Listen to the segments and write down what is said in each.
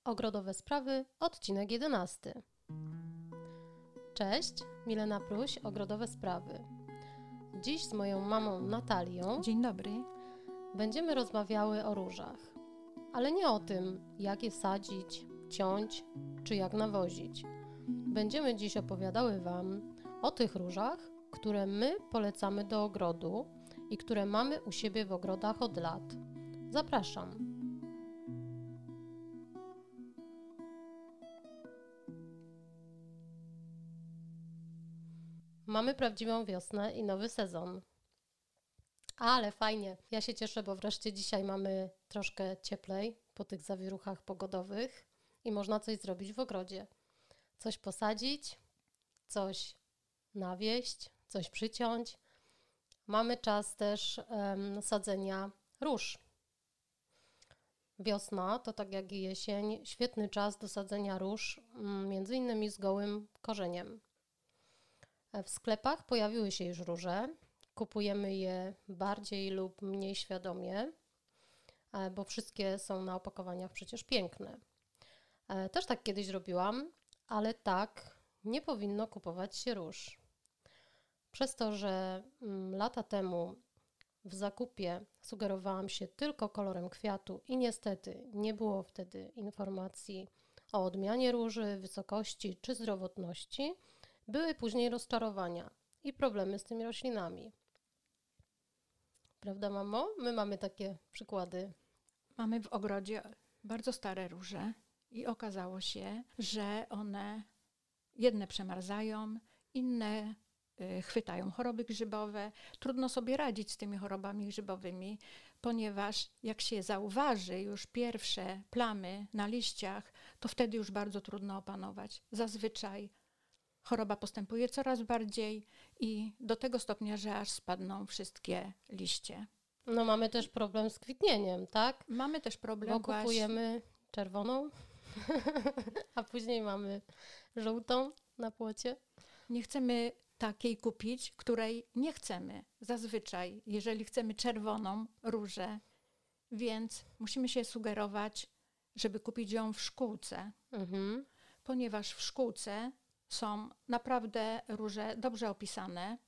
Ogrodowe sprawy, odcinek 11. Cześć, Milena Pruś, Ogrodowe sprawy. Dziś z moją mamą Natalią Dzień dobry. Będziemy rozmawiały o różach. Ale nie o tym, jak je sadzić, ciąć czy jak nawozić. Będziemy dziś opowiadały Wam o tych różach, które my polecamy do ogrodu i które mamy u siebie w ogrodach od lat. Zapraszam. Mamy prawdziwą wiosnę i nowy sezon. Ale fajnie. Ja się cieszę, bo wreszcie dzisiaj mamy troszkę cieplej po tych zawieruchach pogodowych i można coś zrobić w ogrodzie. Coś posadzić, coś nawieść, coś przyciąć. Mamy czas też sadzenia róż. Wiosna to tak jak i jesień, świetny czas do sadzenia róż, między innymi z gołym korzeniem. W sklepach pojawiły się już róże. Kupujemy je bardziej lub mniej świadomie, bo wszystkie są na opakowaniach przecież piękne. Też tak kiedyś robiłam, ale tak nie powinno kupować się róż. Przez to, że lata temu w zakupie sugerowałam się tylko kolorem kwiatu i niestety nie było wtedy informacji o odmianie róży, wysokości czy zdrowotności, były później rozczarowania i problemy z tymi roślinami. Prawda, mamo? My mamy takie przykłady. Mamy w ogrodzie bardzo stare róże i okazało się, że one jedne przemarzają, inne chwytają choroby grzybowe. Trudno sobie radzić z tymi chorobami grzybowymi, ponieważ jak się zauważy już pierwsze plamy na liściach, to wtedy już bardzo trudno opanować. Zazwyczaj choroba postępuje coraz bardziej i do tego stopnia, że aż spadną wszystkie liście. No mamy też problem z kwitnieniem, tak? Mamy też problem, bo kupujemy czerwoną, a później mamy żółtą na płocie. Nie chcemy takiej kupić, której nie chcemy. Zazwyczaj, jeżeli chcemy czerwoną różę, więc musimy się sugerować, żeby kupić ją w szkółce, ponieważ w szkółce są naprawdę róże dobrze opisane,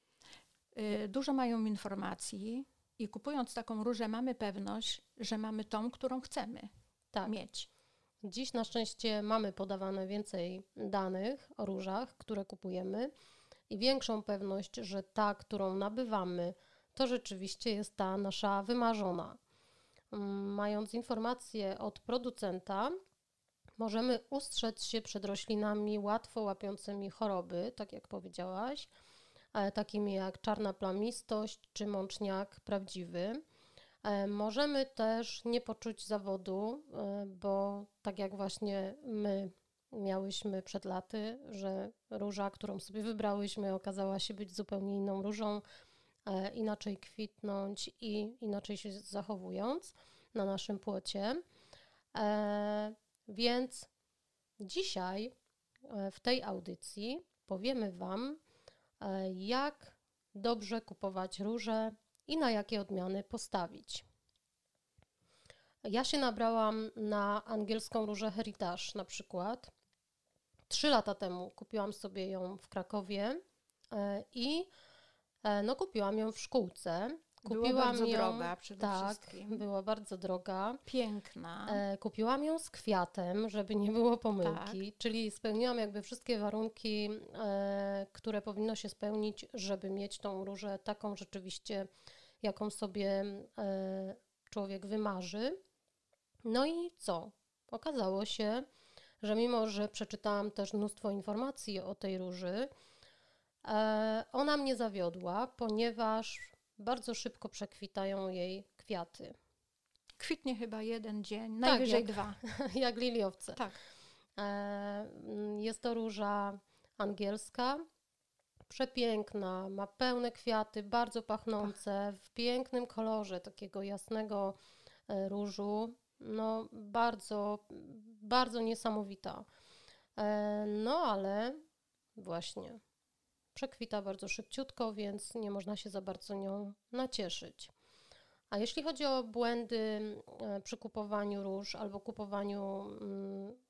dużo mają informacji i kupując taką różę mamy pewność, że mamy tą, którą chcemy mieć. Dziś na szczęście mamy podawane więcej danych o różach, które kupujemy i większą pewność, że ta, którą nabywamy, to rzeczywiście jest ta nasza wymarzona. Mając informacje od producenta, możemy ustrzec się przed roślinami łatwo łapiącymi choroby, tak jak powiedziałaś, takimi jak czarna plamistość czy mączniak prawdziwy. Możemy też nie poczuć zawodu, bo tak jak właśnie my miałyśmy przed laty, że róża, którą sobie wybrałyśmy, okazała się być zupełnie inną różą, inaczej kwitnąć i inaczej się zachowując na naszym płocie. Więc dzisiaj w tej audycji powiemy Wam, jak dobrze kupować róże i na jakie odmiany postawić. Ja się nabrałam na angielską różę Heritage na przykład. 3 lata temu kupiłam sobie ją w Krakowie i kupiłam ją w szkółce. Była bardzo droga przede wszystkim. Była bardzo droga. Piękna. Kupiłam ją z kwiatem, żeby nie było pomyłki, czyli spełniłam jakby wszystkie warunki, które powinno się spełnić, żeby mieć tą różę taką rzeczywiście, jaką sobie człowiek wymarzy. No i co? Okazało się, że mimo, że przeczytałam też mnóstwo informacji o tej róży, ona mnie zawiodła, ponieważ bardzo szybko przekwitają jej kwiaty. Kwitnie chyba 1 dzień, najwyżej 2. Jak liliowce. Tak. Jest to róża angielska, przepiękna, ma pełne kwiaty, bardzo pachnące, w pięknym kolorze takiego jasnego różu. No bardzo, bardzo niesamowita. No ale właśnie przekwita bardzo szybciutko, więc nie można się za bardzo nią nacieszyć. A jeśli chodzi o błędy przy kupowaniu róż albo kupowaniu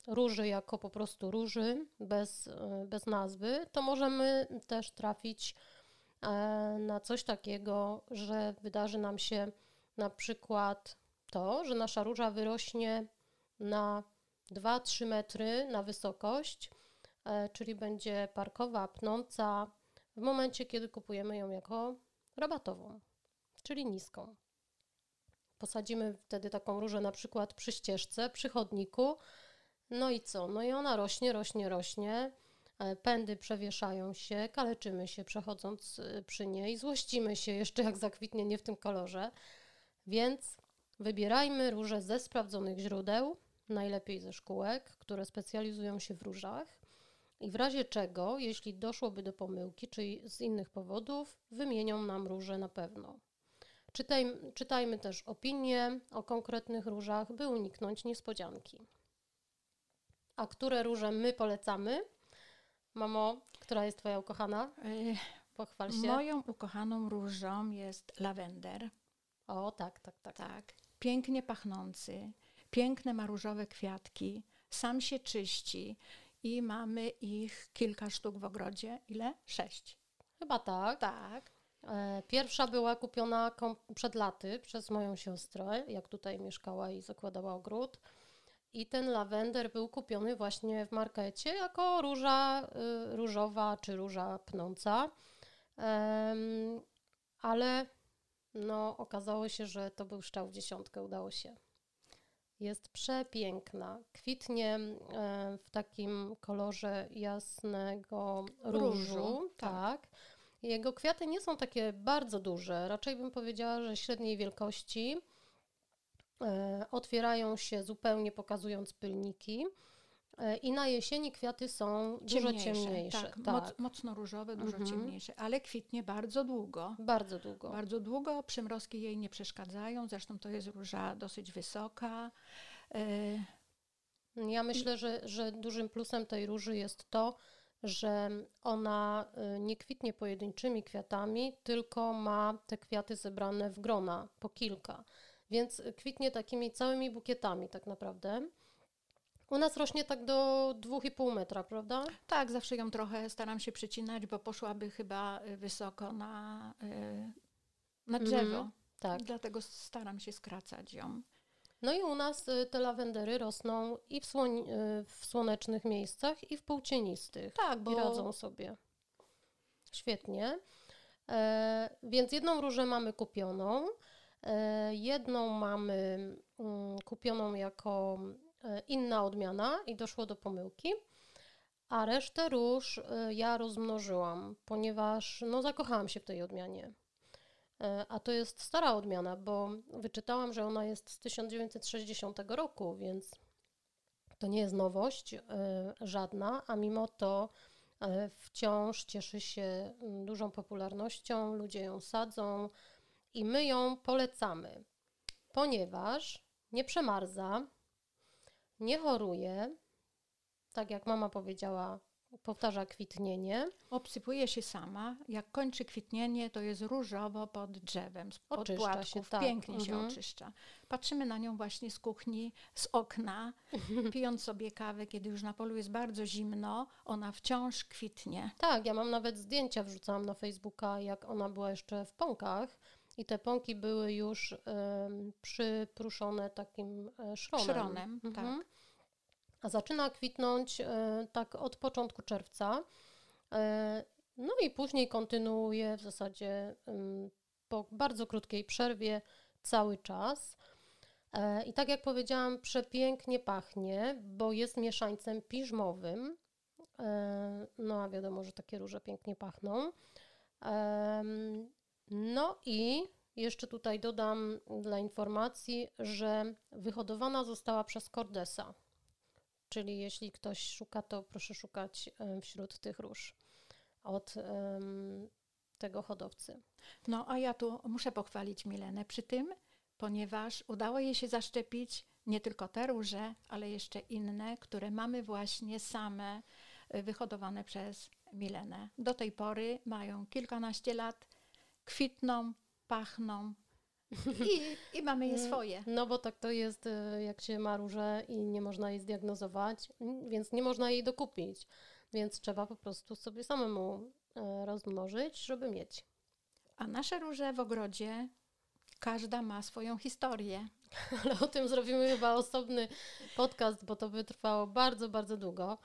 róży jako po prostu róży, bez nazwy, to możemy też trafić na coś takiego, że wydarzy nam się na przykład to, że nasza róża wyrośnie na 2-3 metry na wysokość, czyli będzie parkowa, pnąca w momencie, kiedy kupujemy ją jako rabatową, czyli niską. Posadzimy wtedy taką różę na przykład przy ścieżce, przy chodniku, no i co? No i ona rośnie, pędy przewieszają się, kaleczymy się przechodząc przy niej, złościmy się jeszcze jak zakwitnie nie w tym kolorze, więc wybierajmy róże ze sprawdzonych źródeł, najlepiej ze szkółek, które specjalizują się w różach i w razie czego, jeśli doszłoby do pomyłki, czy z innych powodów, wymienią nam róże na pewno. Czytajmy też opinie o konkretnych różach, by uniknąć niespodzianki. A które róże my polecamy? Mamo, która jest Twoja ukochana? Pochwal się. Moją ukochaną różą jest lawender. O, tak. Pięknie pachnący, piękne ma różowe kwiatki, sam się czyści i mamy ich kilka sztuk w ogrodzie. Ile? 6. Chyba tak. Tak. Pierwsza była kupiona przed laty przez moją siostrę, jak tutaj mieszkała i zakładała ogród. I ten lawender był kupiony właśnie w markecie jako róża różowa czy róża pnąca. Ale no, okazało się, że to był strzał w dziesiątkę, udało się. Jest przepiękna. Kwitnie w takim kolorze jasnego różu. Tak. Jego kwiaty nie są takie bardzo duże, raczej bym powiedziała, że średniej wielkości. Otwierają się zupełnie pokazując pylniki i na jesieni kwiaty są dużo ciemniejsze. Tak. Mocno różowe, dużo ciemniejsze, ale kwitnie bardzo długo. Bardzo długo. Bardzo długo, przymrozki jej nie przeszkadzają, zresztą to jest róża dosyć wysoka. Ja myślę, że dużym plusem tej róży jest to, że ona nie kwitnie pojedynczymi kwiatami, tylko ma te kwiaty zebrane w grona, po kilka. Więc kwitnie takimi całymi bukietami tak naprawdę. U nas rośnie tak do 2,5 metra, prawda? Tak, zawsze ją trochę staram się przycinać, bo poszłaby chyba wysoko na drzewo. Tak. Dlatego staram się skracać ją. No i u nas te lawendery rosną i w słonecznych miejscach, i w półcienistych. Tak, bo i radzą sobie świetnie. Więc jedną różę mamy kupioną. Jedną mamy kupioną jako inna odmiana i doszło do pomyłki, a resztę róż ja rozmnożyłam, ponieważ zakochałam się w tej odmianie. A to jest stara odmiana, bo wyczytałam, że ona jest z 1960 roku, więc to nie jest nowość żadna, a mimo to wciąż cieszy się dużą popularnością, ludzie ją sadzą i my ją polecamy, ponieważ nie przemarza, nie choruje, tak jak mama powiedziała, powtarza kwitnienie. Obsypuje się sama. Jak kończy kwitnienie, to jest różowo pod drzewem, od Oczyszcza płatków. się, tak. Pięknie się oczyszcza. Patrzymy na nią właśnie z kuchni, z okna, pijąc sobie kawę, kiedy już na polu jest bardzo zimno, ona wciąż kwitnie. Tak, ja mam nawet zdjęcia, wrzucałam na Facebooka, jak ona była jeszcze w pąkach i te pąki były już przypruszone takim szronem. Tak. A zaczyna kwitnąć tak od początku czerwca. No i później kontynuuje w zasadzie po bardzo krótkiej przerwie cały czas. I tak jak powiedziałam, przepięknie pachnie, bo jest mieszańcem piżmowym. No a wiadomo, że takie róże pięknie pachną. No i jeszcze tutaj dodam dla informacji, że wyhodowana została przez Cordesa. Czyli jeśli ktoś szuka, to proszę szukać wśród tych róż od tego hodowcy. No a ja tu muszę pochwalić Milenę przy tym, ponieważ udało jej się zaszczepić nie tylko te róże, ale jeszcze inne, które mamy właśnie same wyhodowane przez Milenę. Do tej pory mają kilkanaście lat, kwitną, pachną I mamy je swoje. No bo tak to jest, jak się ma różę i nie można jej zdiagnozować, więc nie można jej dokupić. Więc trzeba po prostu sobie samemu rozmnożyć, żeby mieć. A nasze róże w ogrodzie, każda ma swoją historię. Ale o tym zrobimy chyba osobny podcast, bo to by trwało bardzo, bardzo długo.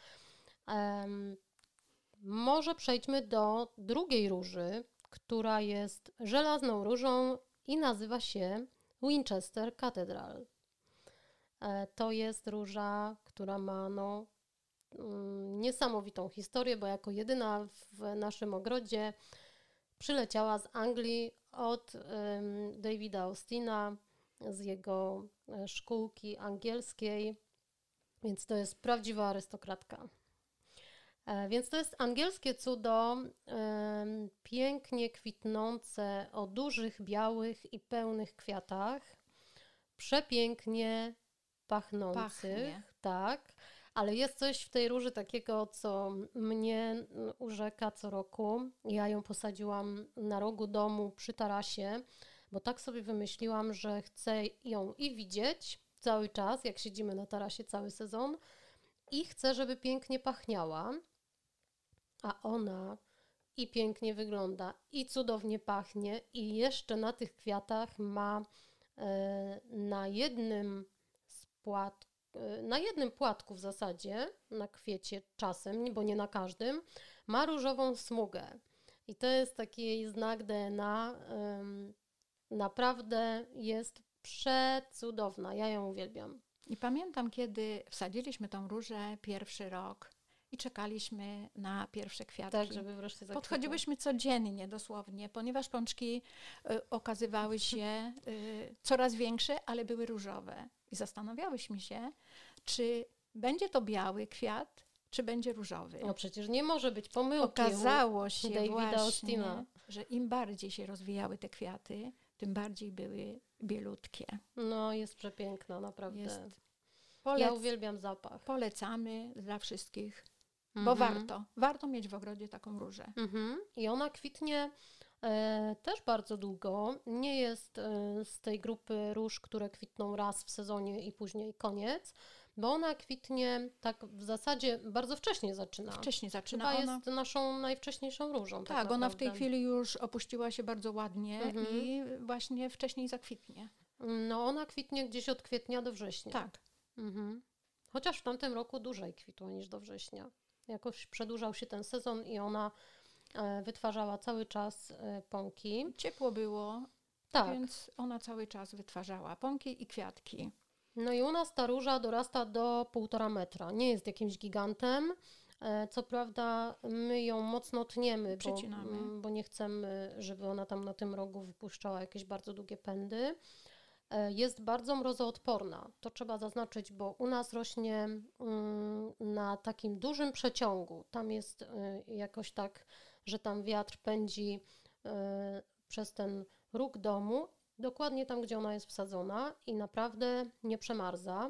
Może przejdźmy do drugiej róży, która jest żelazną różą i nazywa się Winchester Cathedral. To jest róża, która ma niesamowitą historię, bo jako jedyna w naszym ogrodzie przyleciała z Anglii od Davida Austina, z jego szkółki angielskiej, więc to jest prawdziwa arystokratka. Więc to jest angielskie cudo, pięknie kwitnące o dużych, białych i pełnych kwiatach, przepięknie pachnących, tak, ale jest coś w tej róży takiego, co mnie urzeka co roku. Ja ją posadziłam na rogu domu przy tarasie, bo tak sobie wymyśliłam, że chcę ją i widzieć cały czas, jak siedzimy na tarasie cały sezon, i chcę, żeby pięknie pachniała. A ona i pięknie wygląda, i cudownie pachnie, i jeszcze na tych kwiatach ma na jednym płatku w zasadzie, na kwiecie czasem, bo nie na każdym, ma różową smugę. I to jest taki jej znak DNA. Naprawdę jest przecudowna. Ja ją uwielbiam. I pamiętam, kiedy wsadziliśmy tą różę pierwszy rok i czekaliśmy na pierwsze kwiatki. Tak, żeby wreszcie zakwitła. Podchodziłyśmy codziennie dosłownie, ponieważ pączki okazywały się coraz większe, ale były różowe. I zastanawiałyśmy się, czy będzie to biały kwiat, czy będzie różowy. No przecież nie może być pomyłki. Okazało się Davida właśnie, Austina, że im bardziej się rozwijały te kwiaty, tym bardziej były bielutkie. No jest przepiękna, naprawdę. Ja uwielbiam zapach. Polecamy dla wszystkich, bo warto mieć w ogrodzie taką różę. I ona kwitnie też bardzo długo. Nie jest z tej grupy róż, które kwitną raz w sezonie i później koniec, bo ona kwitnie tak w zasadzie bardzo wcześnie zaczyna. Chyba jest naszą najwcześniejszą różą. Tak, ona w tej chwili już opuściła się bardzo ładnie i właśnie wcześniej zakwitnie. No ona kwitnie gdzieś od kwietnia do września. Tak. Chociaż w tamtym roku dłużej kwitła niż do września. Jakoś przedłużał się ten sezon i ona wytwarzała cały czas pąki. Ciepło było, tak, więc ona cały czas wytwarzała pąki i kwiatki. No i u nas ta róża dorasta do 1,5 metra. Nie jest jakimś gigantem. Co prawda my ją mocno tniemy, bo nie chcemy, żeby ona tam na tym rogu wypuszczała jakieś bardzo długie pędy. Jest bardzo mrozoodporna. To trzeba zaznaczyć, bo u nas rośnie na takim dużym przeciągu. Tam jest jakoś tak, że tam wiatr pędzi przez ten róg domu, dokładnie tam, gdzie ona jest wsadzona i naprawdę nie przemarza.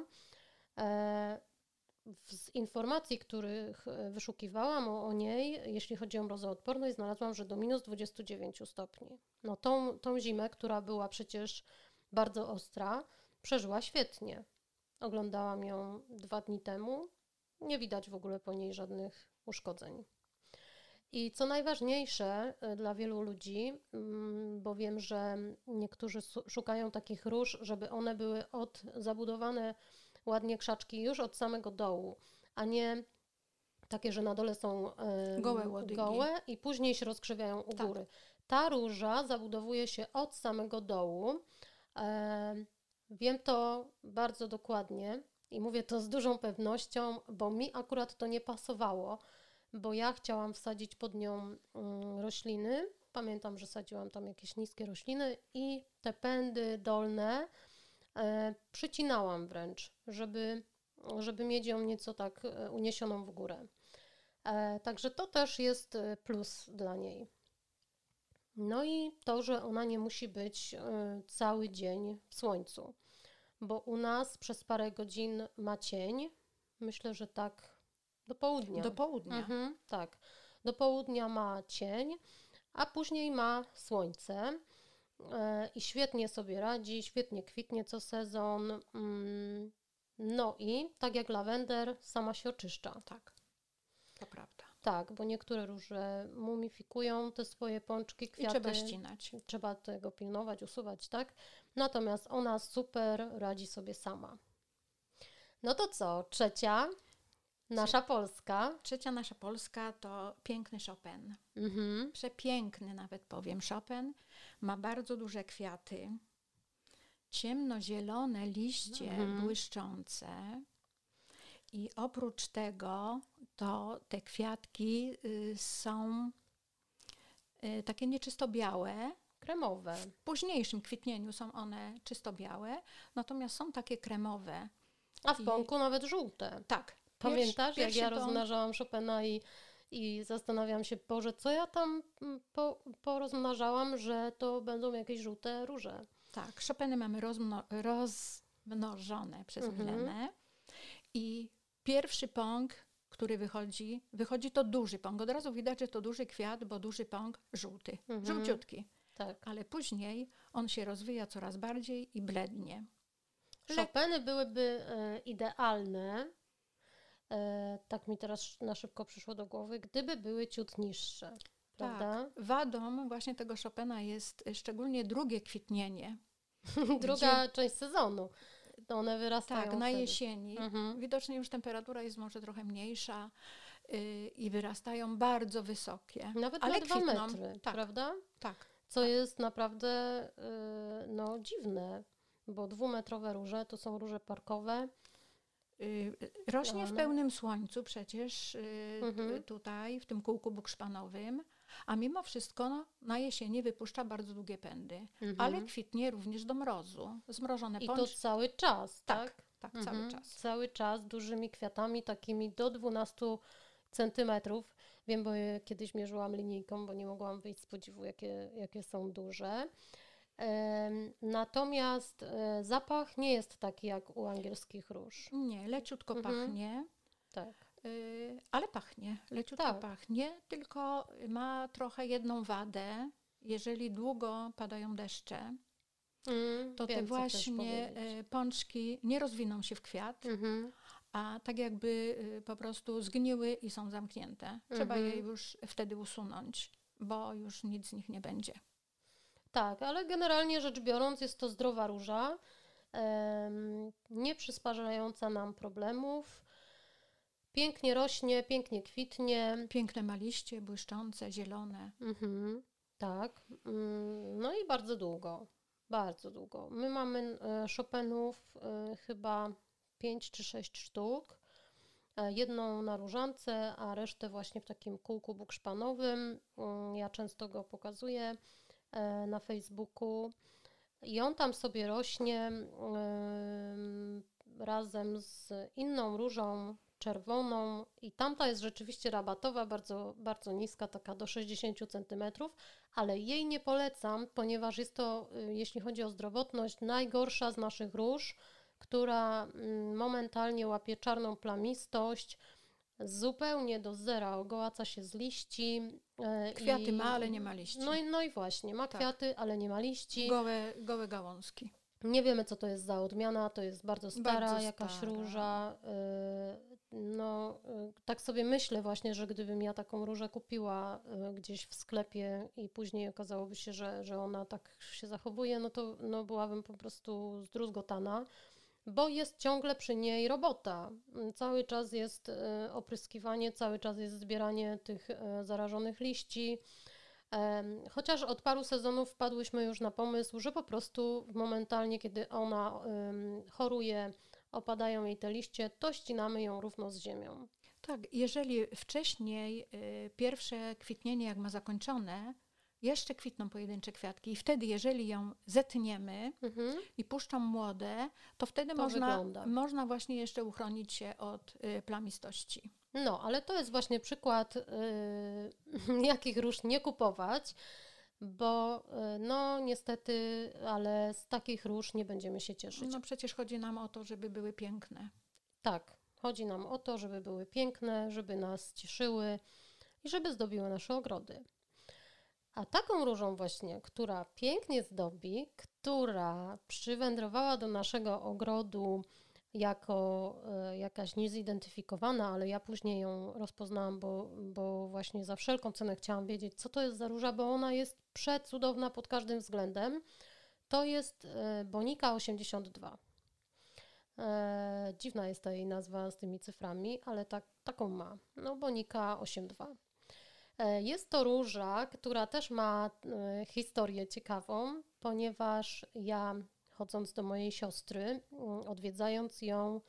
Z informacji, których wyszukiwałam o niej, jeśli chodzi o mrozoodporność, znalazłam, że do minus 29 stopni. No tą zimę, która była przecież bardzo ostra, przeżyła świetnie. Oglądałam ją 2 dni temu. Nie widać w ogóle po niej żadnych uszkodzeń. I co najważniejsze dla wielu ludzi, bo wiem, że niektórzy szukają takich róż, żeby one były zabudowane ładnie krzaczki już od samego dołu, a nie takie, że na dole są gołe i później się rozkrzywiają u góry. Ta róża zabudowuje się od samego dołu. Wiem to bardzo dokładnie i mówię to z dużą pewnością, bo mi akurat to nie pasowało, bo ja chciałam wsadzić pod nią rośliny. Pamiętam, że sadziłam tam jakieś niskie rośliny i te pędy dolne przycinałam wręcz, żeby mieć ją nieco tak uniesioną w górę. Także to też jest plus dla niej. No i to, że ona nie musi być cały dzień w słońcu, bo u nas przez parę godzin ma cień. Myślę, że tak do południa. Do południa. Tak. Do południa ma cień, a później ma słońce. i świetnie sobie radzi, świetnie kwitnie co sezon. No i tak jak lawender, sama się oczyszcza. Tak, to prawda. Tak, bo niektóre róże mumifikują te swoje pączki, I kwiaty. trzeba ścinać. Trzeba tego pilnować, usuwać, tak? Natomiast ona super radzi sobie sama. No to co? Trzecia, nasza Polska. Trzecia nasza Polska to piękny Chopin. Mhm. Przepiękny nawet powiem Chopin. Ma bardzo duże kwiaty. Ciemnozielone liście błyszczące. I oprócz tego to te kwiatki są takie nieczysto białe. Kremowe. W późniejszym kwitnieniu są one czysto białe, natomiast są takie kremowe. A w pąku nawet żółte. Tak. Pamiętasz, jak ja pąk- rozmnażałam Chopina i zastanawiam się, Boże, co ja tam porozmnażałam, że to będą jakieś żółte róże. Tak, Chopiny mamy rozmnożone przez Milenę. I pierwszy pąk, który wychodzi to duży pąk. Od razu widać, że to duży kwiat, bo duży pąk żółty, żółciutki. Tak. Ale później on się rozwija coraz bardziej i blednie. Chopiny byłyby idealne, tak mi teraz na szybko przyszło do głowy, gdyby były ciut niższe, prawda? Tak. Wadą właśnie tego Chopina jest szczególnie drugie kwitnienie. Druga część sezonu. To one wyrastają Tak, na wtedy. jesieni. Widocznie już temperatura jest może trochę mniejsza i wyrastają bardzo wysokie. Nawet ale na 2 kwitną. metry, Tak, prawda? tak. Co jest naprawdę dziwne, bo 2-metrowe róże to są róże parkowe. Rośnie w pełnym słońcu przecież tutaj, w tym kółku bukszpanowym, a mimo wszystko na jesieni wypuszcza bardzo długie pędy, ale kwitnie również do mrozu. Zmrożone I to cały czas, tak? Tak, cały czas. Cały czas dużymi kwiatami, takimi do 12 centymetrów. Wiem, bo je kiedyś mierzyłam linijką, bo nie mogłam wyjść z podziwu, jakie są duże. Natomiast zapach nie jest taki jak u angielskich róż. Nie, leciutko pachnie. Tak. Ale pachnie, leciutko pachnie, tylko ma trochę jedną wadę. Jeżeli długo padają deszcze, to te właśnie pączki nie rozwiną się w kwiat, a tak jakby po prostu zgniły i są zamknięte. Trzeba je już wtedy usunąć, bo już nic z nich nie będzie. Tak, ale generalnie rzecz biorąc jest to zdrowa róża, nie przysparzająca nam problemów. Pięknie rośnie, pięknie kwitnie. Piękne ma liście, błyszczące, zielone. Tak. No i bardzo długo. Bardzo długo. My mamy Chopinów chyba 5 czy 6 sztuk. Jedną na różance, a resztę właśnie w takim kółku bukszpanowym. Ja często go pokazuję na Facebooku. I on tam sobie rośnie razem z inną różą czerwoną i tamta jest rzeczywiście rabatowa, bardzo, bardzo niska, taka do 60 cm, ale jej nie polecam, ponieważ jest to, jeśli chodzi o zdrowotność, najgorsza z naszych róż, która momentalnie łapie czarną plamistość, zupełnie do zera, ogołaca się z liści. Kwiaty ma, ale nie ma liści. No i właśnie, ma kwiaty, ale nie ma liści. Gołe gałązki. Nie wiemy, co to jest za odmiana, to jest bardzo stara Bardzo jakaś stara. róża. Tak sobie myślę właśnie, że gdybym ja taką różę kupiła gdzieś w sklepie i później okazałoby się, że ona tak się zachowuje, no to byłabym po prostu zdruzgotana, bo jest ciągle przy niej robota. Cały czas jest opryskiwanie, cały czas jest zbieranie tych zarażonych liści. Chociaż od paru sezonów wpadłyśmy już na pomysł, że po prostu momentalnie, kiedy ona choruje, opadają jej te liście, to ścinamy ją równo z ziemią. Tak, jeżeli wcześniej pierwsze kwitnienie jak ma zakończone, jeszcze kwitną pojedyncze kwiatki i wtedy jeżeli ją zetniemy i puszczą młode, to wtedy można właśnie jeszcze uchronić się od plamistości. No, ale to jest właśnie przykład, jakich róż nie kupować, bo niestety, ale z takich róż nie będziemy się cieszyć. No przecież chodzi nam o to, żeby były piękne. Tak, chodzi nam o to, żeby były piękne, żeby nas cieszyły i żeby zdobiły nasze ogrody. A taką różą właśnie, która pięknie zdobi, która przywędrowała do naszego ogrodu jako jakaś niezidentyfikowana, ale ja później ją rozpoznałam, bo właśnie za wszelką cenę chciałam wiedzieć, co to jest za róża, bo ona jest przecudowna pod każdym względem. To jest Bonika 82. Dziwna jest ta jej nazwa z tymi cyframi, ale taką ma. No, Bonika 82. Jest to róża, która też ma historię ciekawą, ponieważ ja, chodząc do mojej siostry, odwiedzając ją,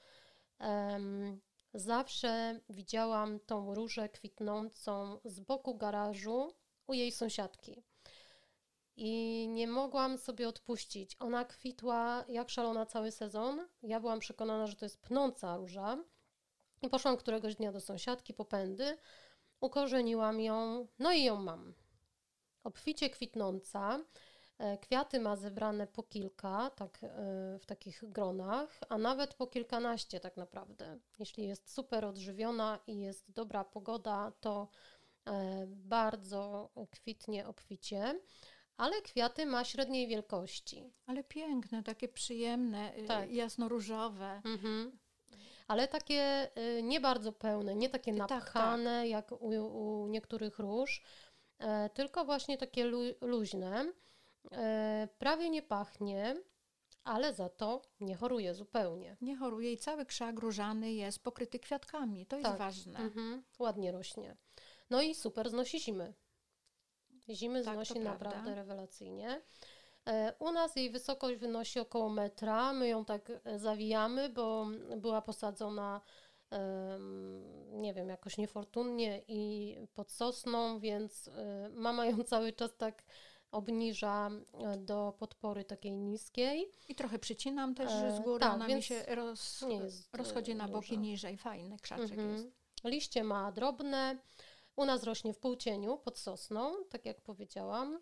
zawsze widziałam tą różę kwitnącą z boku garażu u jej sąsiadki. I nie mogłam sobie odpuścić. Ona kwitła jak szalona cały sezon. Ja byłam przekonana, że to jest pnąca róża. I poszłam któregoś dnia do sąsiadki po pędy, ukorzeniłam ją, no i ją mam. Obficie kwitnąca. Kwiaty ma zebrane po kilka, tak w takich gronach, a nawet po kilkanaście tak naprawdę. Jeśli jest super odżywiona i jest dobra pogoda, to bardzo kwitnie obficie. Ale kwiaty ma średniej wielkości. Ale piękne, takie przyjemne, Tak. jasnoróżowe. Ale takie nie bardzo pełne, nie takie napchane tak. jak u niektórych róż, tylko właśnie takie luźne. Prawie nie pachnie, ale za to nie choruje zupełnie. Nie choruje i cały krzak różany jest pokryty kwiatkami. To jest ważne. Ładnie rośnie. No i super znosi zimy. Zimy Tak, znosi to naprawdę prawda. rewelacyjnie. U nas jej wysokość wynosi około metra. My ją tak zawijamy, bo była posadzona, nie wiem, jakoś niefortunnie i pod sosną, więc mama ją cały czas tak obniża do podpory takiej niskiej. I trochę przycinam też z góry, tak, ona mi się rozchodzi na boki niżej. Fajny krzaczek jest. Liście ma drobne. U nas rośnie w półcieniu pod sosną, tak jak powiedziałam.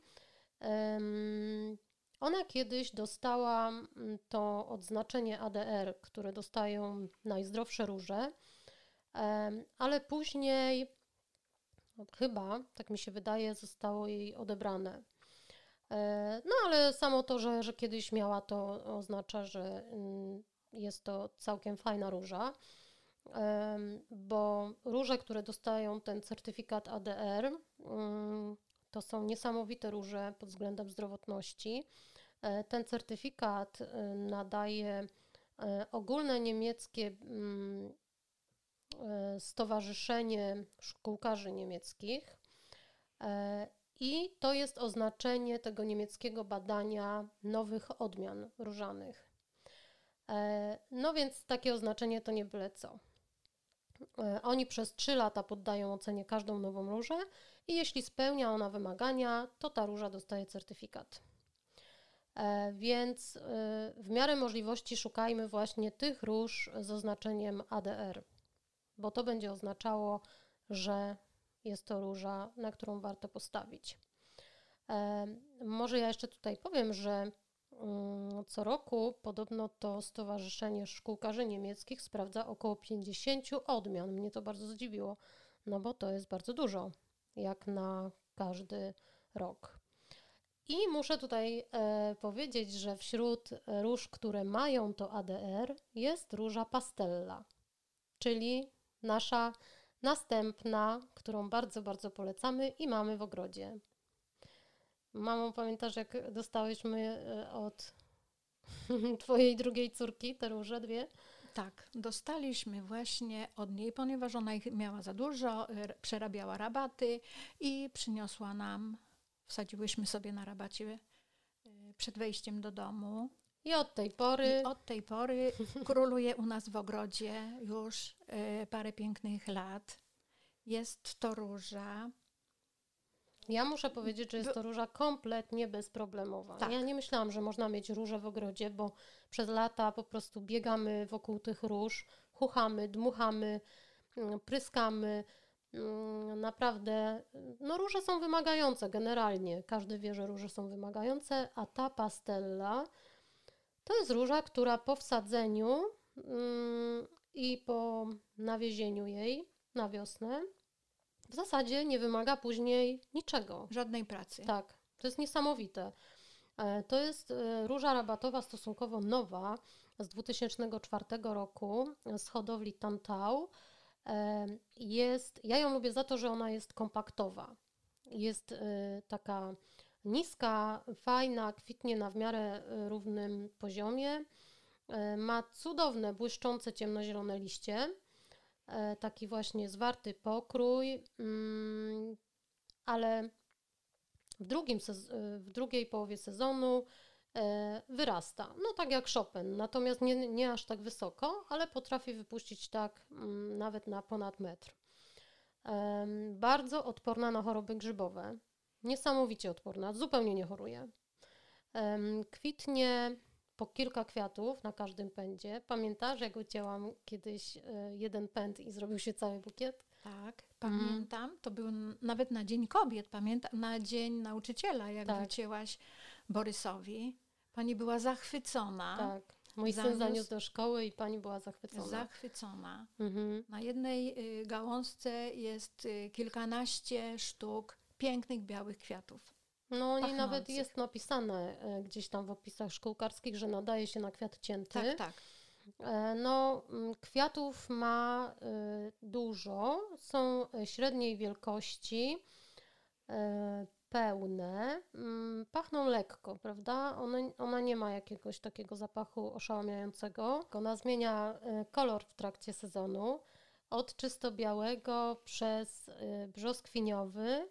Ona kiedyś dostała to odznaczenie ADR, które dostają najzdrowsze róże, ale później, chyba, tak mi się wydaje, zostało jej odebrane. No ale samo to, że kiedyś miała to, oznacza, że jest to całkiem fajna róża, bo róże, które dostają ten certyfikat ADR, to są niesamowite róże pod względem zdrowotności. Ten certyfikat nadaje ogólne niemieckie Stowarzyszenie Szkółkarzy Niemieckich i to jest oznaczenie tego niemieckiego badania nowych odmian różanych. No więc takie oznaczenie to nie byle co. Oni przez 3 lata poddają ocenie każdą nową różę i jeśli spełnia ona wymagania, to ta róża dostaje certyfikat. Więc w miarę możliwości szukajmy właśnie tych róż z oznaczeniem ADR, bo to będzie oznaczało, że jest to róża, na którą warto postawić. Może ja jeszcze tutaj powiem, że co roku podobno to Stowarzyszenie Szkółkarzy Niemieckich sprawdza około 50 odmian. Mnie to bardzo zdziwiło, no bo to jest bardzo dużo, jak na każdy rok. I muszę tutaj powiedzieć, że wśród róż, które mają to ADR, jest róża pastella, czyli nasza następna, którą bardzo, bardzo polecamy i mamy w ogrodzie. Mamo, pamiętasz, jak dostałyśmy od twojej drugiej córki te róże 2? Tak, dostaliśmy właśnie od niej, ponieważ ona ich miała za dużo, przerabiała rabaty i przyniosła nam, wsadziłyśmy sobie na rabacie przed wejściem do domu. I od tej pory króluje u nas w ogrodzie już parę pięknych lat. Jest to róża. Ja muszę powiedzieć, że jest to róża kompletnie bezproblemowa. Tak. Ja nie myślałam, że można mieć różę w ogrodzie, bo przez lata po prostu biegamy wokół tych róż, chuchamy, dmuchamy, pryskamy. Naprawdę, no róże są wymagające generalnie. Każdy wie, że róże są wymagające, a ta pastella to jest róża, która po wsadzeniu i po nawiezieniu jej na wiosnę w zasadzie nie wymaga później niczego. Żadnej pracy. Tak, to jest niesamowite. To jest róża rabatowa stosunkowo nowa z 2004 roku z hodowli Tantał. Ja ją lubię za to, że ona jest kompaktowa. Jest taka niska, fajna, kwitnie na w miarę równym poziomie. Ma cudowne, błyszczące, ciemnozielone liście. Taki właśnie zwarty pokrój, ale w drugiej połowie sezonu wyrasta. No tak jak Chopin, natomiast nie aż tak wysoko, ale potrafi wypuścić tak nawet na ponad metr. Bardzo odporna na choroby grzybowe. Niesamowicie odporna, zupełnie nie choruje. Kwitnie po kilka kwiatów na każdym pędzie. Pamiętasz, jak wycięłam kiedyś jeden pęd i zrobił się cały bukiet? Tak, pamiętam. To był nawet na Dzień Kobiet, pamiętam, na Dzień Nauczyciela, jak wycięłaś Borysowi. Pani była zachwycona. Tak. Mój syn zaniósł do szkoły i pani była zachwycona. Zachwycona. Na jednej gałązce jest kilkanaście sztuk pięknych, białych kwiatów. No i nawet jest napisane gdzieś tam w opisach szkółkarskich, że nadaje się na kwiat cięty. Tak, tak. No, kwiatów ma dużo, są średniej wielkości, pełne, pachną lekko, prawda? Ona nie ma jakiegoś takiego zapachu oszałamiającego. Ona zmienia kolor w trakcie sezonu od czysto białego przez brzoskwiniowy.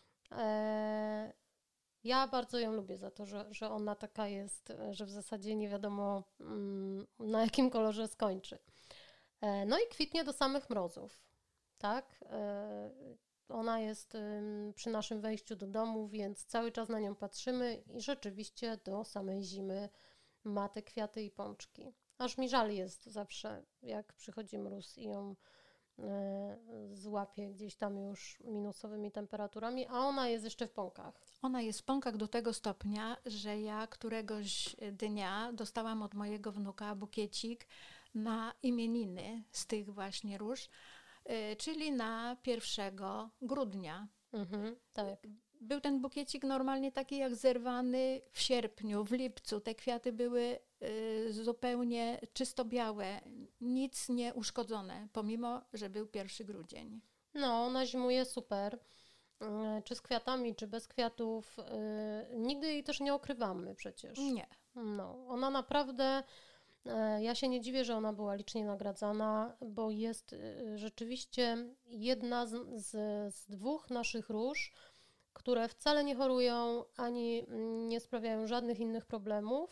Ja bardzo ją lubię za to, że ona taka jest, że w zasadzie nie wiadomo na jakim kolorze skończy. No i kwitnie do samych mrozów, tak? Ona jest przy naszym wejściu do domu, więc cały czas na nią patrzymy i rzeczywiście do samej zimy ma te kwiaty i pączki. Aż mi żal jest zawsze, jak przychodzi mróz i ją złapie gdzieś tam już minusowymi temperaturami, a ona jest jeszcze w pąkach. Ona jest w pąkach do tego stopnia, że ja któregoś dnia dostałam od mojego wnuka bukiecik na imieniny z tych właśnie róż, czyli na 1 grudnia. Tak. Był ten bukiecik normalnie taki jak zerwany w sierpniu, w lipcu. Te kwiaty były zupełnie czysto białe, nic nie uszkodzone, pomimo że był 1 grudzień. No, ona zimuje super. Czy z kwiatami, czy bez kwiatów. Nigdy jej też nie okrywamy przecież. Nie. No, ona naprawdę, ja się nie dziwię, że ona była licznie nagradzana, bo jest rzeczywiście jedna z 2 naszych róż, które wcale nie chorują, ani nie sprawiają żadnych innych problemów.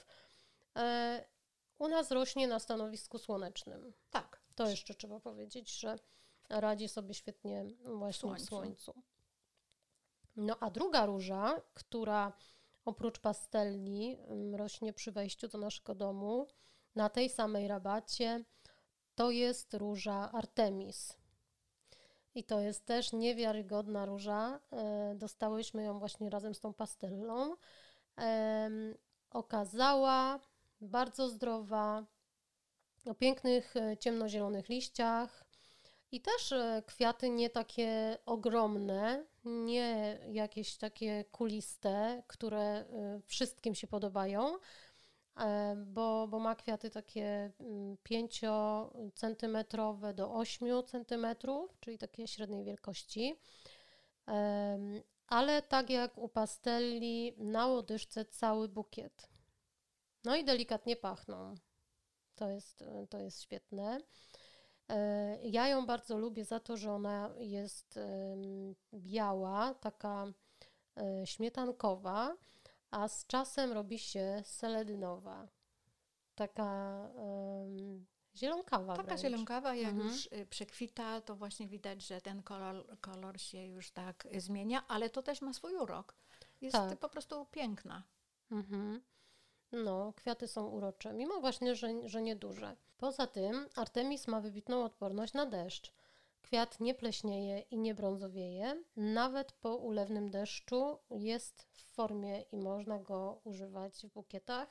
U nas rośnie na stanowisku słonecznym. Tak. To jeszcze trzeba powiedzieć, że radzi sobie świetnie właśnie w słońcu. No a druga róża, która oprócz pastelni rośnie przy wejściu do naszego domu, na tej samej rabacie, to jest róża Artemis. I to jest też niewiarygodna róża. Dostałyśmy ją właśnie razem z tą pastellą. Okazała, bardzo zdrowa, o pięknych, ciemnozielonych liściach i też kwiaty nie takie ogromne, nie jakieś takie kuliste, które wszystkim się podobają, bo ma kwiaty takie 5-centymetrowe do 8 centymetrów, czyli takie średniej wielkości. Ale tak jak u pastelli, na łodyżce cały bukiet. No i delikatnie pachną. To jest świetne. Ja ją bardzo lubię za to, że ona jest biała, taka śmietankowa, a z czasem robi się seledynowa. Taka zielonkawa Taka wręcz. zielonkawa, jak już przekwita, to właśnie widać, że ten kolor się już tak zmienia, ale to też ma swój urok. Jest po prostu piękna. No, kwiaty są urocze, mimo właśnie, że nieduże. Poza tym Artemis ma wybitną odporność na deszcz. Kwiat nie pleśnieje i nie brązowieje. Nawet po ulewnym deszczu jest w formie i można go używać w bukietach.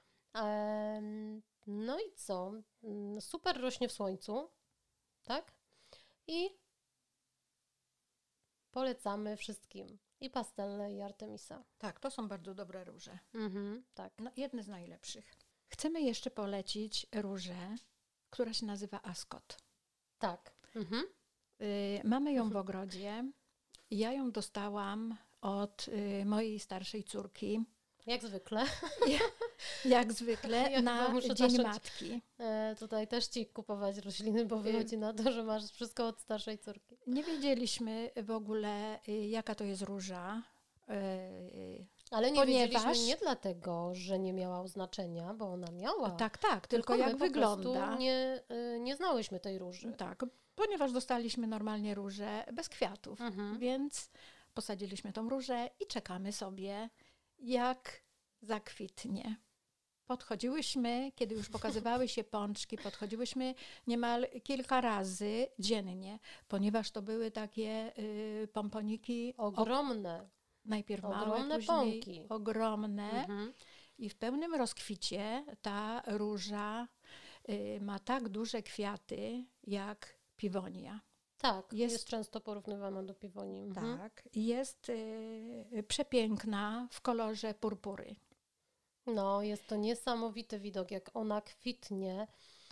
No i co? Super rośnie w słońcu, tak? I Polecamy wszystkim. I Pastelle, i Artemisa. Tak, to są bardzo dobre róże. Tak. No, jedne z najlepszych. Chcemy jeszcze polecić różę, która się nazywa Ascot. Tak. Mamy ją w ogrodzie. Ja ją dostałam od mojej starszej córki. Jak zwykle. Jak zwykle Ja na muszę Dzień zacząć, Matki. Tutaj też ci kupować rośliny, bo wychodzi na to, że masz wszystko od starszej córki. Nie wiedzieliśmy w ogóle, jaka to jest róża. Ale nie ponieważ... wiedzieliśmy nie dlatego, że nie miała oznaczenia, bo ona miała. Tak, tylko jak my wygląda. Po prostu nie znałyśmy tej róży. Tak, ponieważ dostaliśmy normalnie różę bez kwiatów, więc posadziliśmy tą różę i czekamy sobie, jak zakwitnie. Podchodziłyśmy, kiedy już pokazywały się pączki, podchodziłyśmy niemal kilka razy dziennie, ponieważ to były takie pomponiki ogromne. Najpierw małe, ogromne później pąki. Ogromne. I w pełnym rozkwicie ta róża ma tak duże kwiaty jak piwonia. Tak, jest często porównywana do piwonii. Tak, jest przepiękna w kolorze purpury. No, jest to niesamowity widok, jak ona kwitnie.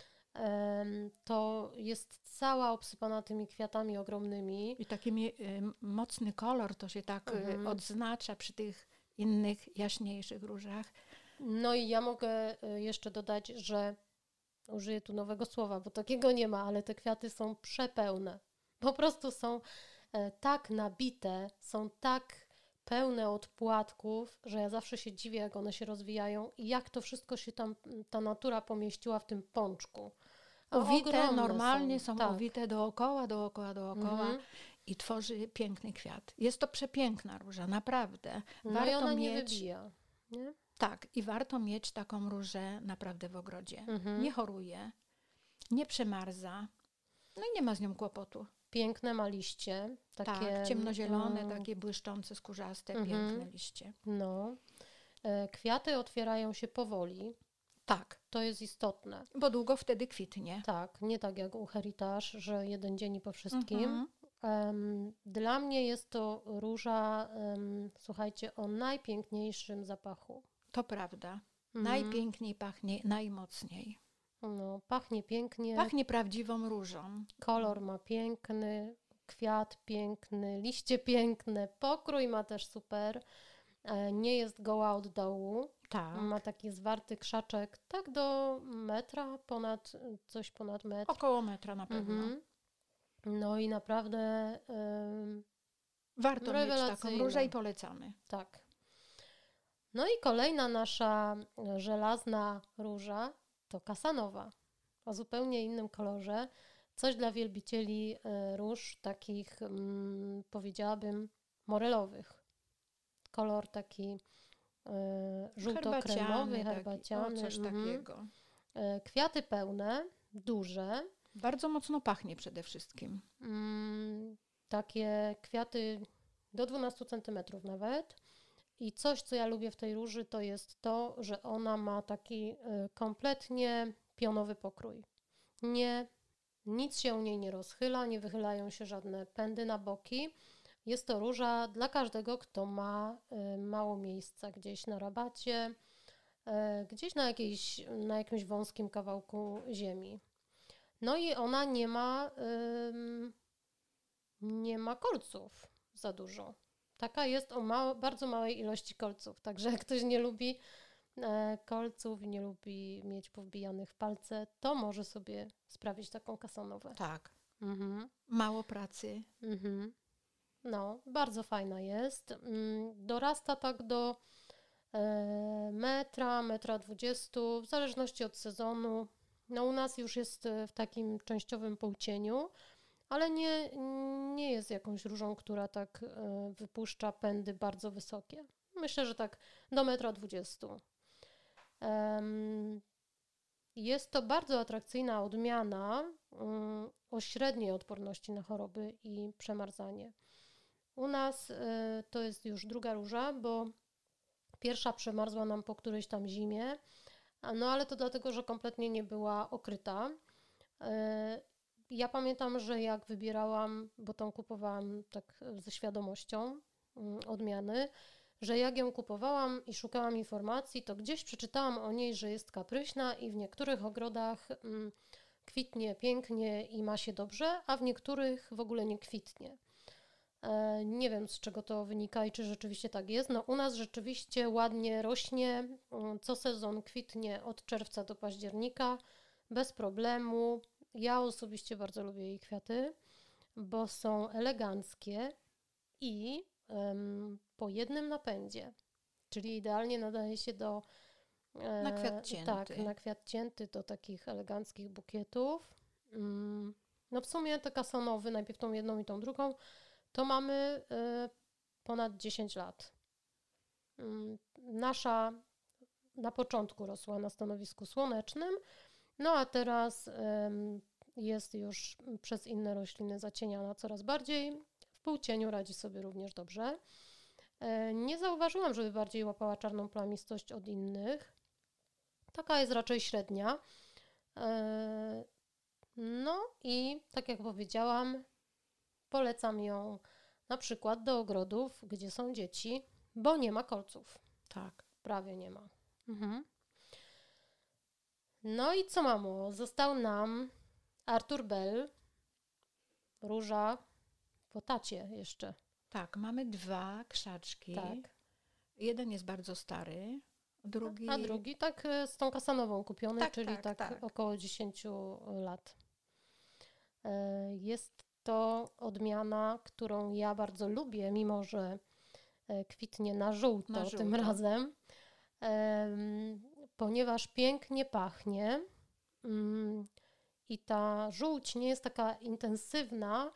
To jest cała obsypana tymi kwiatami ogromnymi. I taki mocny kolor to się tak odznacza przy tych innych, jaśniejszych różach. No i ja mogę jeszcze dodać, że użyję tu nowego słowa, bo takiego nie ma, ale te kwiaty są przepełne. Po prostu są tak nabite, są tak pełne odpłatków, że ja zawsze się dziwię, jak one się rozwijają i jak to wszystko się tam, ta natura pomieściła w tym pączku. Owite normalnie są tak. owite dookoła i tworzy piękny kwiat. Jest to przepiękna róża, naprawdę. No i ona nie wybija. Nie? Tak, i warto mieć taką różę naprawdę w ogrodzie. Nie choruje, nie przemarza, no i nie ma z nią kłopotu. Piękne ma liście. Takie, tak, ciemnozielone, takie błyszczące, skórzaste, piękne liście. No. Kwiaty otwierają się powoli. Tak. To jest istotne. Bo długo wtedy kwitnie. Tak, nie tak jak u Heritage, że jeden dzień i po wszystkim. Dla mnie jest to róża, słuchajcie, o najpiękniejszym zapachu. To prawda. Najpiękniej pachnie, najmocniej. No, pachnie pięknie. Pachnie prawdziwą różą. Kolor ma piękny, kwiat piękny, liście piękne, pokrój ma też super. Nie jest goła od dołu. Tak. Ma taki zwarty krzaczek, tak do metra, coś ponad metr. Około metra na pewno. No i naprawdę warto mieć taką różę i polecamy. Tak. No i kolejna nasza żelazna róża to Casanova. O zupełnie innym kolorze. Coś dla wielbicieli róż takich, powiedziałabym, morelowych. Kolor taki żółto-kremowy, herbaciany. Coś takiego. Kwiaty pełne, duże. Bardzo mocno pachnie przede wszystkim. Takie kwiaty do 12 cm nawet. I coś, co ja lubię w tej róży, to jest to, że ona ma taki kompletnie pionowy pokrój. Nic się u niej nie rozchyla, nie wychylają się żadne pędy na boki. Jest to róża dla każdego, kto ma mało miejsca gdzieś na rabacie, gdzieś na jakimś wąskim kawałku ziemi. No i ona nie ma kolców za dużo. Taka jest o bardzo małej ilości kolców. Także jak ktoś nie lubi kolców i nie lubi mieć powbijanych w palce, to może sobie sprawić taką Casanovę. Tak. Mało pracy. No, bardzo fajna jest. Dorasta tak do metra 20, w zależności od sezonu. No u nas już jest w takim częściowym półcieniu, ale nie jest jakąś różą, która tak wypuszcza pędy bardzo wysokie. Myślę, że tak do 1,20 m. Jest to bardzo atrakcyjna odmiana o średniej odporności na choroby i przemarzanie. U nas to jest już druga róża, bo pierwsza przemarzła nam po którejś tam zimie, no ale to dlatego, że kompletnie nie była okryta. Ja pamiętam, że jak wybierałam, bo tą kupowałam tak ze świadomością odmiany, że jak ją kupowałam i szukałam informacji, to gdzieś przeczytałam o niej, że jest kapryśna i w niektórych ogrodach kwitnie pięknie i ma się dobrze, a w niektórych w ogóle nie kwitnie. Nie wiem, z czego to wynika i czy rzeczywiście tak jest. No u nas rzeczywiście ładnie rośnie, co sezon kwitnie od czerwca do października, bez problemu. Ja osobiście bardzo lubię jej kwiaty, bo są eleganckie i po jednym napędzie, czyli idealnie nadaje się do Na kwiat cięty. Tak, na kwiat cięty do takich eleganckich bukietów. No w sumie te kasonowy, najpierw tą jedną i tą drugą, to mamy ponad 10 lat. Nasza na początku rosła na stanowisku słonecznym, no a teraz jest już przez inne rośliny zacieniana coraz bardziej. W półcieniu radzi sobie również dobrze. Nie zauważyłam, żeby bardziej łapała czarną plamistość od innych. Taka jest raczej średnia. No i tak jak powiedziałam, polecam ją na przykład do ogrodów, gdzie są dzieci, bo nie ma kolców. Tak. Prawie nie ma. No i co, mamo? Został nam Artur Bell, róża po tacie jeszcze. Tak, mamy 2 krzaczki. Tak. Jeden jest bardzo stary, A drugi tak z tą kasanową kupiony, Tak, czyli tak około 10 lat. Jest to odmiana, którą ja bardzo lubię, mimo że kwitnie na żółto tym razem, ponieważ pięknie pachnie i ta żółć nie jest taka intensywna,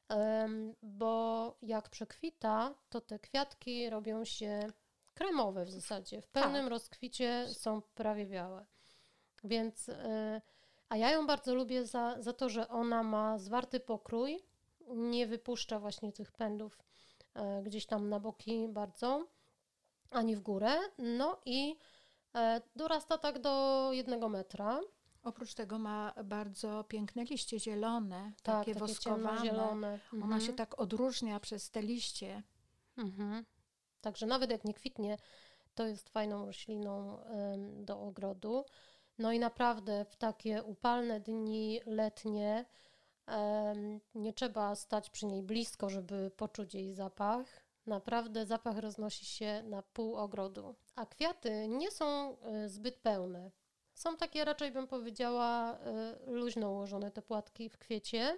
bo jak przekwita, to te kwiatki robią się kremowe w zasadzie. W pełnym rozkwicie są prawie białe. Więc, a ja ją bardzo lubię za to, że ona ma zwarty pokrój, nie wypuszcza właśnie tych pędów gdzieś tam na boki bardzo, ani w górę. No i dorasta tak do 1 metra. Oprócz tego ma bardzo piękne liście zielone, Tak, takie woskowane. Zielone. Ona się tak odróżnia przez te liście. Także nawet jak nie kwitnie, to jest fajną rośliną do ogrodu. No i naprawdę w takie upalne dni letnie nie trzeba stać przy niej blisko, żeby poczuć jej zapach. Naprawdę zapach roznosi się na pół ogrodu. A kwiaty nie są zbyt pełne. Są takie raczej, bym powiedziała, luźno ułożone te płatki w kwiecie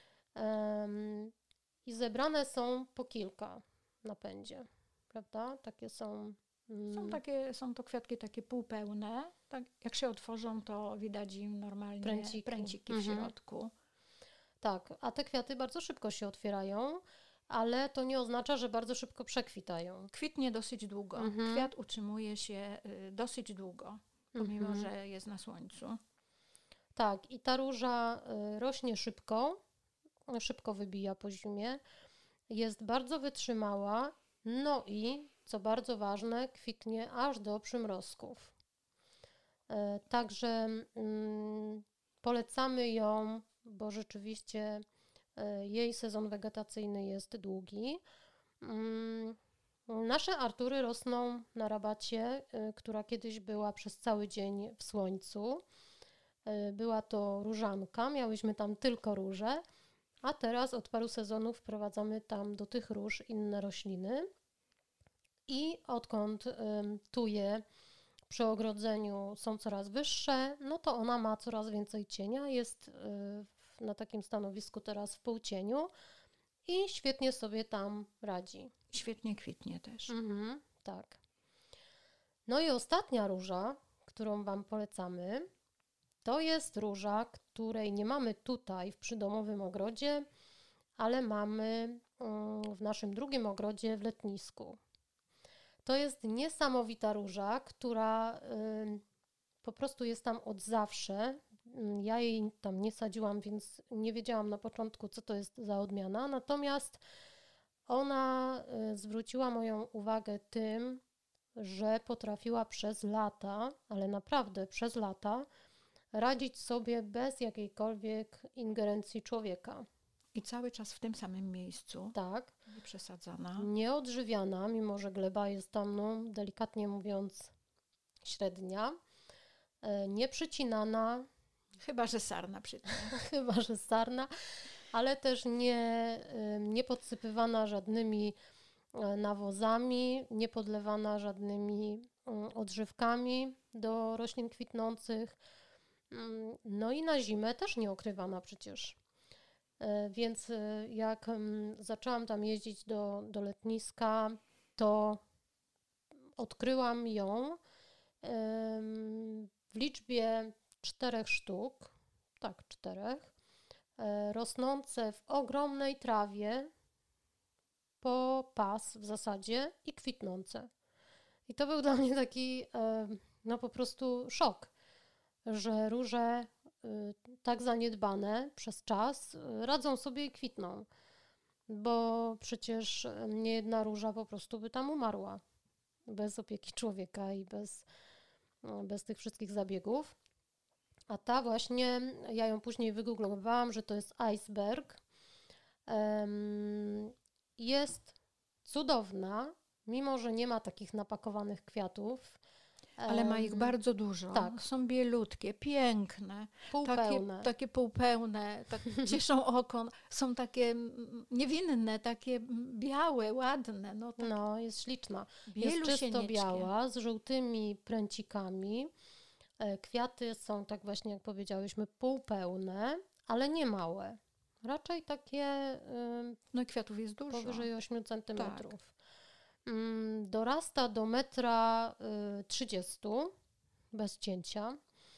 i zebrane są po kilka na pędzie, prawda? Takie są... Są to kwiatki takie półpełne. Tak, jak się otworzą, to widać im normalnie pręciki w środku. Tak, a te kwiaty bardzo szybko się otwierają, ale to nie oznacza, że bardzo szybko przekwitają. Kwitnie dosyć długo. Kwiat utrzymuje się dosyć długo, pomimo że jest na słońcu. Tak, i ta róża rośnie szybko wybija po zimie, jest bardzo wytrzymała, no i co bardzo ważne, kwitnie aż do przymrozków. Także polecamy ją, bo rzeczywiście jej sezon wegetacyjny jest długi. Nasze Artury rosną na rabacie, która kiedyś była przez cały dzień w słońcu. Była to różanka, miałyśmy tam tylko róże, a teraz od paru sezonów wprowadzamy tam do tych róż inne rośliny. I odkąd tuje przy ogrodzeniu są coraz wyższe, no to ona ma coraz więcej cienia, jest na takim stanowisku teraz w półcieniu i świetnie sobie tam radzi. Świetnie kwitnie też. Tak. No i ostatnia róża, którą Wam polecamy, to jest róża, której nie mamy tutaj w przydomowym ogrodzie, ale mamy w naszym drugim ogrodzie w letnisku. To jest niesamowita róża, która po prostu jest tam od zawsze. Ja jej tam nie sadziłam, więc nie wiedziałam na początku, co to jest za odmiana. Natomiast ona zwróciła moją uwagę tym, że potrafiła przez lata, ale naprawdę przez lata, radzić sobie bez jakiejkolwiek ingerencji człowieka. I cały czas w tym samym miejscu. Tak. Nie przesadzana. Nieodżywiana, mimo że gleba jest tam, no, delikatnie mówiąc, średnia. Nieprzycinana. Chyba, że sarna przytnie. Chyba, że sarna, ale też nie podsypywana żadnymi nawozami, nie podlewana żadnymi odżywkami do roślin kwitnących. No i na zimę też nie okrywana przecież. Więc jak zaczęłam tam jeździć do letniska, to odkryłam ją w liczbie 4 sztuk, tak, 4, rosnące w ogromnej trawie po pas w zasadzie i kwitnące. I to był dla mnie taki no po prostu szok, że róże tak zaniedbane przez czas radzą sobie i kwitną, bo przecież niejedna róża po prostu by tam umarła bez opieki człowieka i bez tych wszystkich zabiegów. A ta właśnie, ja ją później wygooglowałam, że to jest iceberg. Jest cudowna, mimo że nie ma takich napakowanych kwiatów. Ale ma ich bardzo dużo. Tak. Są bielutkie, piękne. Półpełne. Takie półpełne, tak cieszą oko. Są takie niewinne, takie białe, ładne. No, tak. No, jest śliczna. Jest czysto biała, z żółtymi pręcikami. Kwiaty są, tak właśnie jak powiedziałyśmy, półpełne, ale nie małe. Raczej takie no i kwiatów jest dużo. Powyżej 8 centymetrów. Tak. Dorasta do 1,30 m bez cięcia.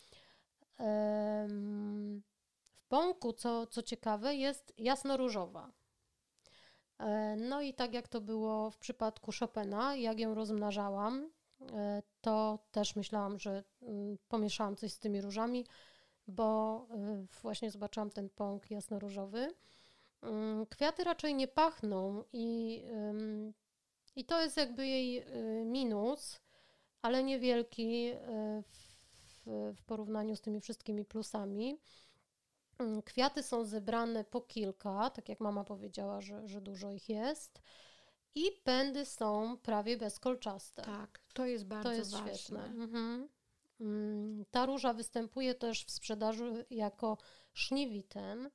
W pąku, co ciekawe, jest jasnoróżowa. No i tak jak to było w przypadku Chopina, jak ją rozmnażałam, to też myślałam, że pomieszałam coś z tymi różami, bo właśnie zobaczyłam ten pąk jasnoróżowy. Kwiaty raczej nie pachną i to jest jakby jej minus, ale niewielki w porównaniu z tymi wszystkimi plusami. Kwiaty są zebrane po kilka, tak jak mama powiedziała, że dużo ich jest. I pędy są prawie bezkolczaste. Tak, to jest bardzo ważne. Świetne. Mhm. Ta róża występuje też w sprzedaży jako szniewiten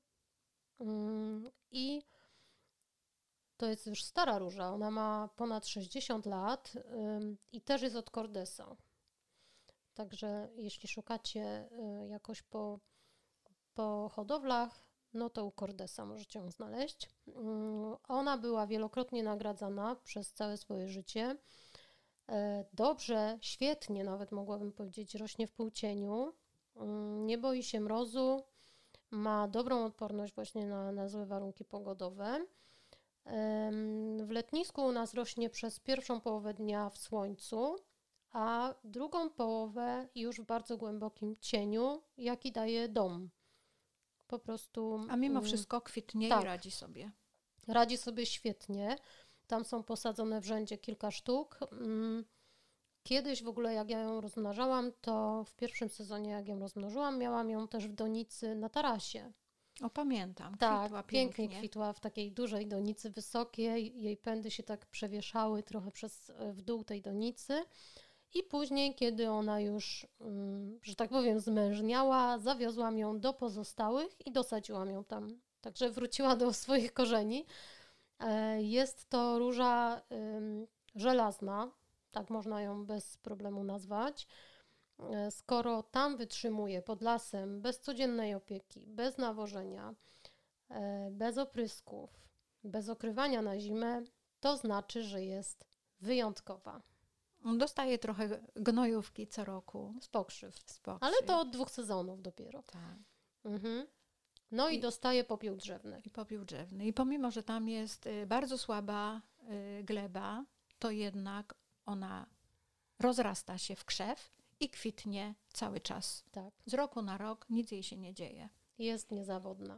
i to jest już stara róża. Ona ma ponad 60 lat i też jest od Cordesa. Także jeśli szukacie jakoś po hodowlach, no to u Cordesa możecie ją znaleźć. Ona była wielokrotnie nagradzana przez całe swoje życie. Dobrze, świetnie nawet mogłabym powiedzieć, rośnie w półcieniu. Nie boi się mrozu. Ma dobrą odporność właśnie na złe warunki pogodowe. W letnisku u nas rośnie przez pierwszą połowę dnia w słońcu, a drugą połowę już w bardzo głębokim cieniu, jaki daje dom. Po prostu. A mimo wszystko kwitnie tak, i radzi sobie. Radzi sobie świetnie. Tam są posadzone w rzędzie kilka sztuk. Kiedyś w ogóle jak ja ją rozmnażałam, to w pierwszym sezonie jak ją rozmnożyłam, miałam ją też w donicy na tarasie. O, pamiętam. Tak, kwitła pięknie kwitła w takiej dużej donicy wysokiej. Jej pędy się tak przewieszały trochę w dół tej donicy. I później, kiedy ona już, że tak powiem, zmężniała, zawiozłam ją do pozostałych i dosadziłam ją tam. Także wróciła do swoich korzeni. Jest to róża żelazna, tak można ją bez problemu nazwać. Skoro tam wytrzymuje pod lasem, bez codziennej opieki, bez nawożenia, bez oprysków, bez okrywania na zimę, to znaczy, że jest wyjątkowa. Dostaje trochę gnojówki co roku. Z pokrzyw. Ale to od 2 sezonów dopiero. Tak. Mhm. No i dostaje popiół drzewny. I popiół drzewny. I pomimo, że tam jest bardzo słaba gleba, to jednak ona rozrasta się w krzew i kwitnie cały czas. Tak. Z roku na rok nic jej się nie dzieje. Jest niezawodna.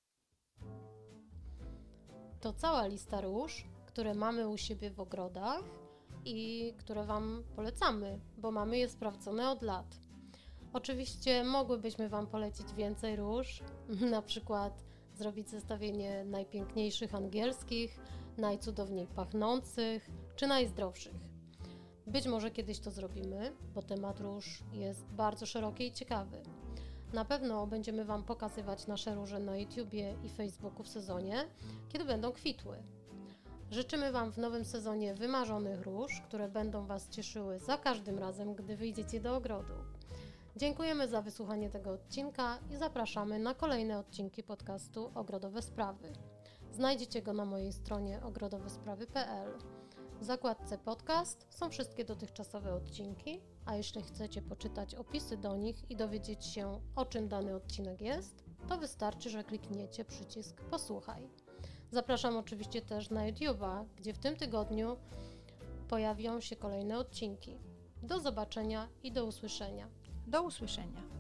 To cała lista róż, które mamy u siebie w ogrodach i które Wam polecamy, bo mamy je sprawdzone od lat. Oczywiście mogłybyśmy Wam polecić więcej róż, na przykład zrobić zestawienie najpiękniejszych angielskich, najcudowniej pachnących czy najzdrowszych. Być może kiedyś to zrobimy, bo temat róż jest bardzo szeroki i ciekawy. Na pewno będziemy Wam pokazywać nasze róże na YouTubie i Facebooku w sezonie, kiedy będą kwitły. Życzymy Wam w nowym sezonie wymarzonych róż, które będą Was cieszyły za każdym razem, gdy wyjdziecie do ogrodu. Dziękujemy za wysłuchanie tego odcinka i zapraszamy na kolejne odcinki podcastu Ogrodowe Sprawy. Znajdziecie go na mojej stronie ogrodowesprawy.pl. W zakładce podcast są wszystkie dotychczasowe odcinki, a jeśli chcecie poczytać opisy do nich i dowiedzieć się, o czym dany odcinek jest, to wystarczy, że klikniecie przycisk Posłuchaj. Zapraszam oczywiście też na YouTube'a, gdzie w tym tygodniu pojawią się kolejne odcinki. Do zobaczenia i do usłyszenia. Do usłyszenia.